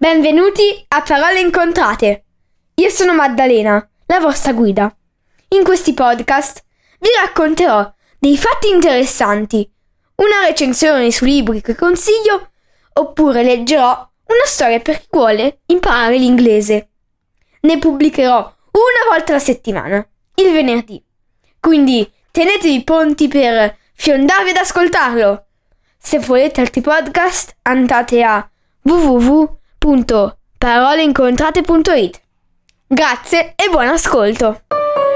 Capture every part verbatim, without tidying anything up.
Benvenuti a Parole Incontrate. Io sono Maddalena, la vostra guida. In questi podcast vi racconterò dei fatti interessanti, una recensione su libri che consiglio, oppure leggerò una storia per chi vuole imparare l'inglese. Ne pubblicherò una volta alla settimana, il venerdì. Quindi tenetevi pronti per fiondarvi ad ascoltarlo. Se volete altri podcast, andate a w w w punto parole incontrate punto i t. Grazie e buon ascolto!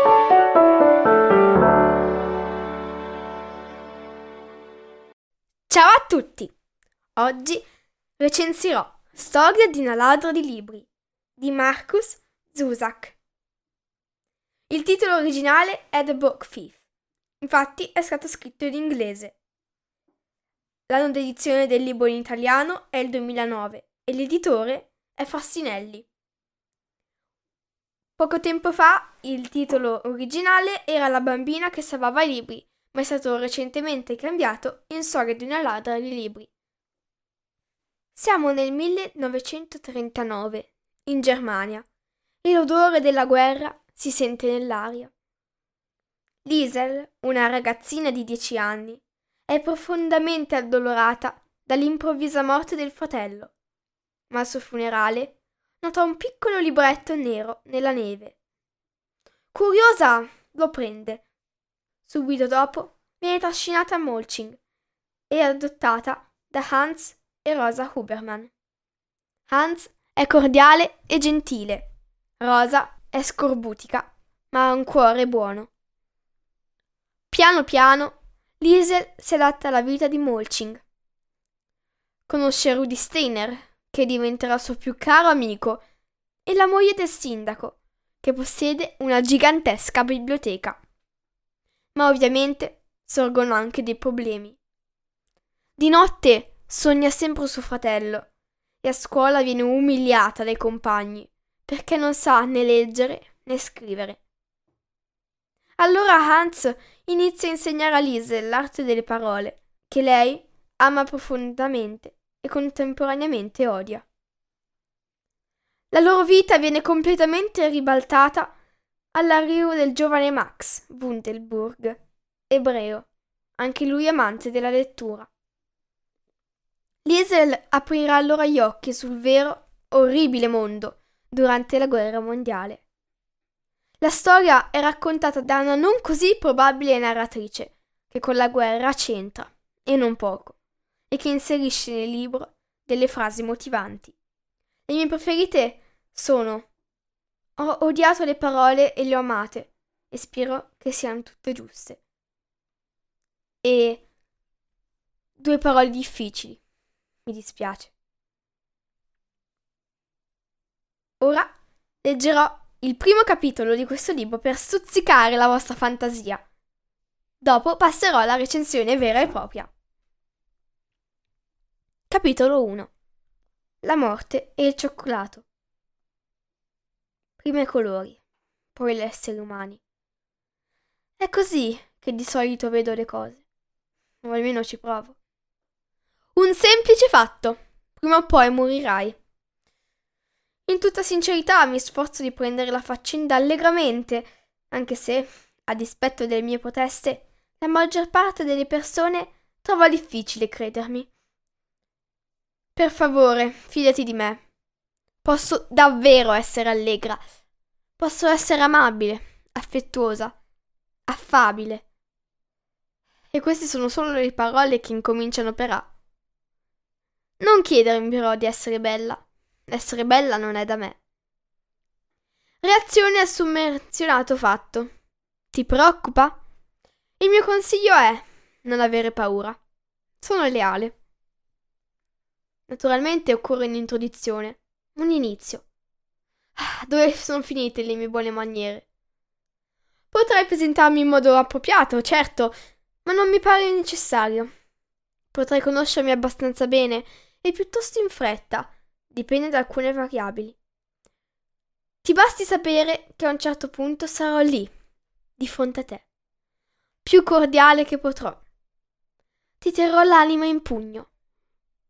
Ciao a tutti! Oggi recensirò Storia di una ladra di libri di Markus Zusak. Il titolo originale è The Book Thief, infatti è stato scritto in inglese. L'anno d'edizione del libro in italiano è il duemilanove e l'editore è Fassinelli. Poco tempo fa il titolo originale era La bambina che salvava i libri, ma è stato recentemente cambiato in Storia di una ladra di libri. Siamo nel millenovecentotrentanove, in Germania, e l'odore della guerra si sente nell'aria. Liesel, una ragazzina di dieci anni, è profondamente addolorata dall'improvvisa morte del fratello, ma al suo funerale nota un piccolo libretto nero nella neve. Curiosa, lo prende. Subito dopo viene trascinata a Molching e adottata da Hans e Rosa Huberman. Hans è cordiale e gentile. Rosa è scorbutica, ma ha un cuore buono. Piano piano, Liesel si adatta alla vita di Molching. Conosce Rudy Steiner, che diventerà il suo più caro amico, e la moglie del sindaco, che possiede una gigantesca biblioteca. Ma ovviamente sorgono anche dei problemi. Di notte sogna sempre suo fratello e a scuola viene umiliata dai compagni perché non sa né leggere né scrivere. Allora Hans inizia a insegnare a Liesel l'arte delle parole, che lei ama profondamente e contemporaneamente odia. La loro vita viene completamente ribaltata all'arrivo del giovane Max Wunderburg, ebreo, anche lui amante della lettura. Liesel aprirà allora gli occhi sul vero, orribile mondo durante la guerra mondiale. La storia è raccontata da una non così probabile narratrice, che con la guerra c'entra, e non poco, e che inserisce nel libro delle frasi motivanti. Le mie preferite sono: ho odiato le parole e le ho amate, e spero che siano tutte giuste. E due parole difficili, mi dispiace. Ora leggerò il primo capitolo di questo libro per stuzzicare la vostra fantasia. Dopo passerò alla recensione vera e propria. Capitolo uno. La morte e il cioccolato. Prima i colori, poi gli esseri umani. È così che di solito vedo le cose, o almeno ci provo. Un semplice fatto, prima o poi morirai. In tutta sincerità mi sforzo di prendere la faccenda allegramente, anche se, a dispetto delle mie proteste, la maggior parte delle persone trova difficile credermi. Per favore, fidati di me. Posso davvero essere allegra. Posso essere amabile, affettuosa, affabile. E queste sono solo le parole che incominciano per A. Non chiedermi però di essere bella. Essere bella non è da me. Reazione al summenzionato fatto. Ti preoccupa? Il mio consiglio è non avere paura. Sono leale. Naturalmente occorre un'introduzione, un inizio. Ah, dove sono finite le mie buone maniere? Potrei presentarmi in modo appropriato, certo, ma non mi pare necessario. Potrei conoscermi abbastanza bene e piuttosto in fretta, dipende da alcune variabili. Ti basti sapere che a un certo punto sarò lì, di fronte a te, più cordiale che potrò. Ti terrò l'anima in pugno.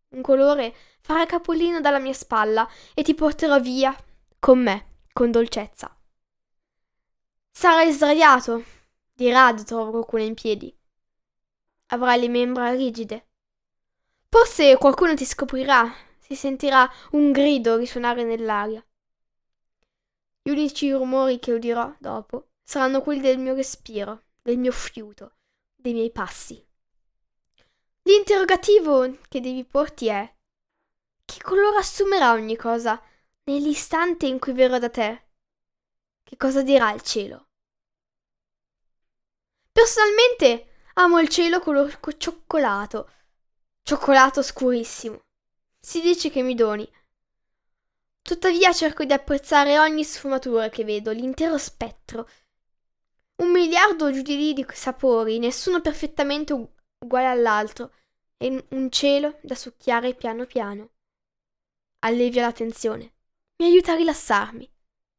un colore, farai capolino dalla mia spalla e ti porterò via con me, con dolcezza. Sarai sdraiato, di rado trovo qualcuno in piedi. Avrai le membra rigide. Forse qualcuno ti scoprirà, si sentirà un grido risuonare nell'aria. Gli unici rumori che udirò dopo saranno quelli del mio respiro, del mio fiuto, dei miei passi. L'interrogativo che devi porti è: che colore assumerà ogni cosa nell'istante in cui verrò da te? Che cosa dirà il cielo? Personalmente amo il cielo color cioccolato, cioccolato scurissimo. Si dice che mi doni. Tuttavia cerco di apprezzare ogni sfumatura che vedo, l'intero spettro. Un miliardo giù di lì di sapori, nessuno perfettamente uguale all'altro, e un cielo da succhiare piano piano. Allevia la tensione, mi aiuta a rilassarmi.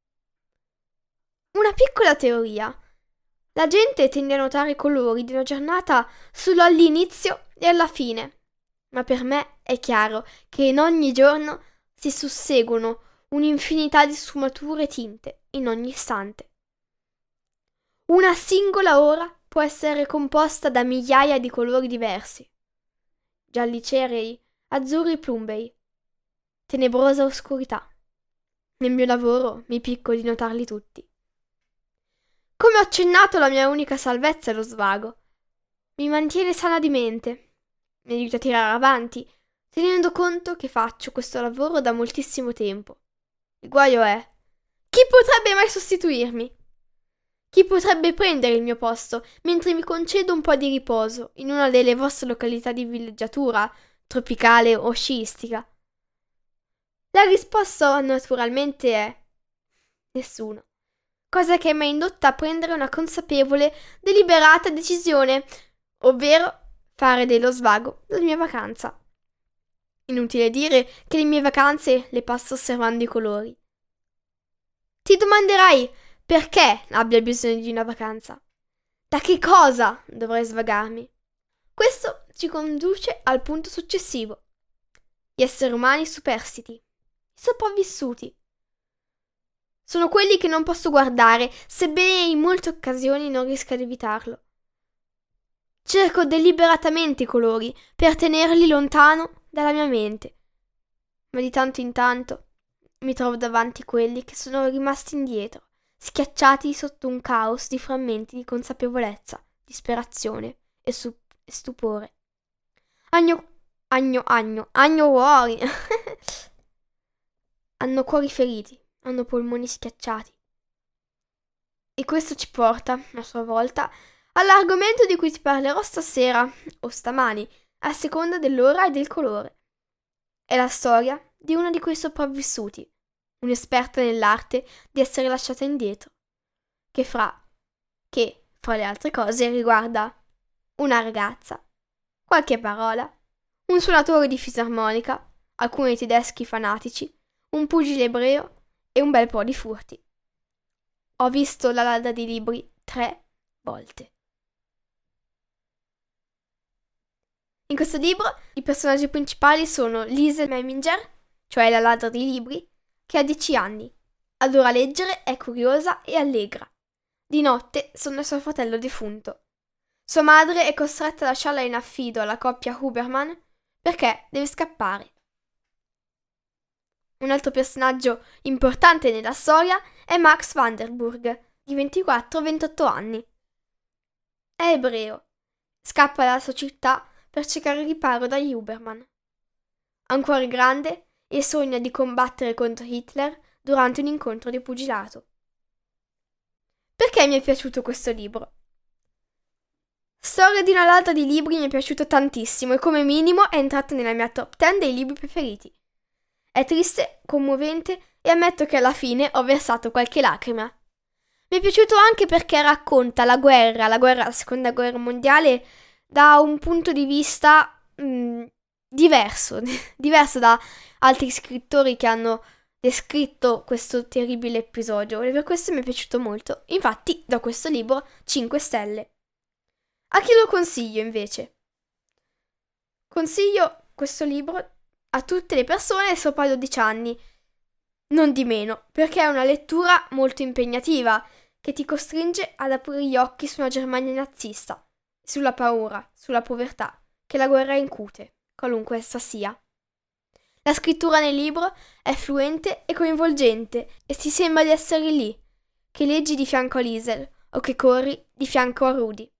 Una piccola teoria. La gente tende a notare i colori di una giornata solo all'inizio e alla fine, ma per me è chiaro che in ogni giorno si susseguono un'infinità di sfumature e tinte in ogni istante. Una singola ora può essere composta da migliaia di colori diversi. Gialli cerei, azzurri plumbei, tenebrosa oscurità. Nel mio lavoro mi picco di notarli tutti. Come ho accennato, la mia unica salvezza è lo svago. Mi mantiene sana di mente, mi aiuta a tirare avanti, tenendo conto che faccio questo lavoro da moltissimo tempo. Il guaio è: chi potrebbe mai sostituirmi? Chi potrebbe prendere il mio posto mentre mi concedo un po' di riposo in una delle vostre località di villeggiatura, tropicale o sciistica? La risposta naturalmente è nessuno, cosa che mi ha indotta a prendere una consapevole, deliberata decisione, ovvero fare dello svago la mia vacanza. Inutile dire che le mie vacanze le passo osservando i colori. Ti domanderai perché abbia bisogno di una vacanza. Da che cosa dovrei svagarmi? Questo ci conduce al punto successivo. Gli esseri umani superstiti, i sopravvissuti. Sono quelli che non posso guardare, sebbene in molte occasioni non riesca ad evitarlo. Cerco deliberatamente i colori per tenerli lontano dalla mia mente, ma di tanto in tanto mi trovo davanti quelli che sono rimasti indietro, schiacciati sotto un caos di frammenti di consapevolezza, disperazione e, su- e stupore. Agno, agno, agno, agno cuori. Hanno cuori feriti, hanno polmoni schiacciati. E questo ci porta, a sua volta, all'argomento di cui ti parlerò stasera, o stamani, a seconda dell'ora e del colore. È la storia di uno di quei sopravvissuti, un'esperta nell'arte di essere lasciata indietro, che fra, che, fra le altre cose, riguarda una ragazza, qualche parola, un suonatore di fisarmonica, alcuni tedeschi fanatici, un pugile ebreo e un bel po' di furti. Ho visto la ladra di libri tre volte. In questo libro i personaggi principali sono Liesl Meminger, cioè la ladra di libri, che ha dieci anni. Adora leggere, è curiosa e allegra. Di notte sonda suo fratello defunto. Sua madre è costretta a lasciarla in affido alla coppia Huberman perché deve scappare. Un altro personaggio importante nella storia è Max Vanderburg, di ventiquattro ventotto anni. È ebreo. Scappa dalla sua città per cercare riparo dagli Huberman. Ha un cuore grande e sogna di combattere contro Hitler durante un incontro di pugilato. Perché mi è piaciuto questo libro? Storia di una ladra di libri mi è piaciuto tantissimo e come minimo è entrato nella mia top dieci dei libri preferiti. È triste, commovente e ammetto che alla fine ho versato qualche lacrima. Mi è piaciuto anche perché racconta la guerra, la guerra, la seconda guerra mondiale, da un punto di vista mh, diverso, diverso da altri scrittori che hanno descritto questo terribile episodio e per questo mi è piaciuto molto. Infatti, da questo libro cinque stelle. A chi lo consiglio invece? Consiglio questo libro a tutte le persone sopra i dodici anni, non di meno, perché è una lettura molto impegnativa che ti costringe ad aprire gli occhi su una Germania nazista, sulla paura, sulla povertà, che la guerra incute, qualunque essa sia. La scrittura nel libro è fluente e coinvolgente e ti sembra di essere lì, che leggi di fianco a Liesel o che corri di fianco a Rudy.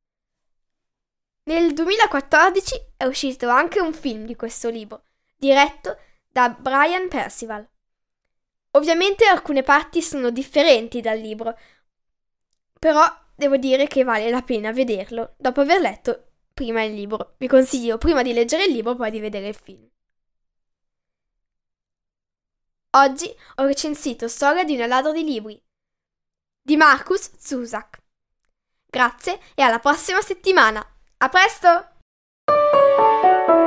Nel duemilaquattordici è uscito anche un film di questo libro, diretto da Brian Percival. Ovviamente alcune parti sono differenti dal libro, però devo dire che vale la pena vederlo dopo aver letto prima il libro. Vi consiglio prima di leggere il libro poi di vedere il film. Oggi ho recensito Storia di una ladra di libri di Markus Zusak. Grazie e alla prossima settimana. A presto!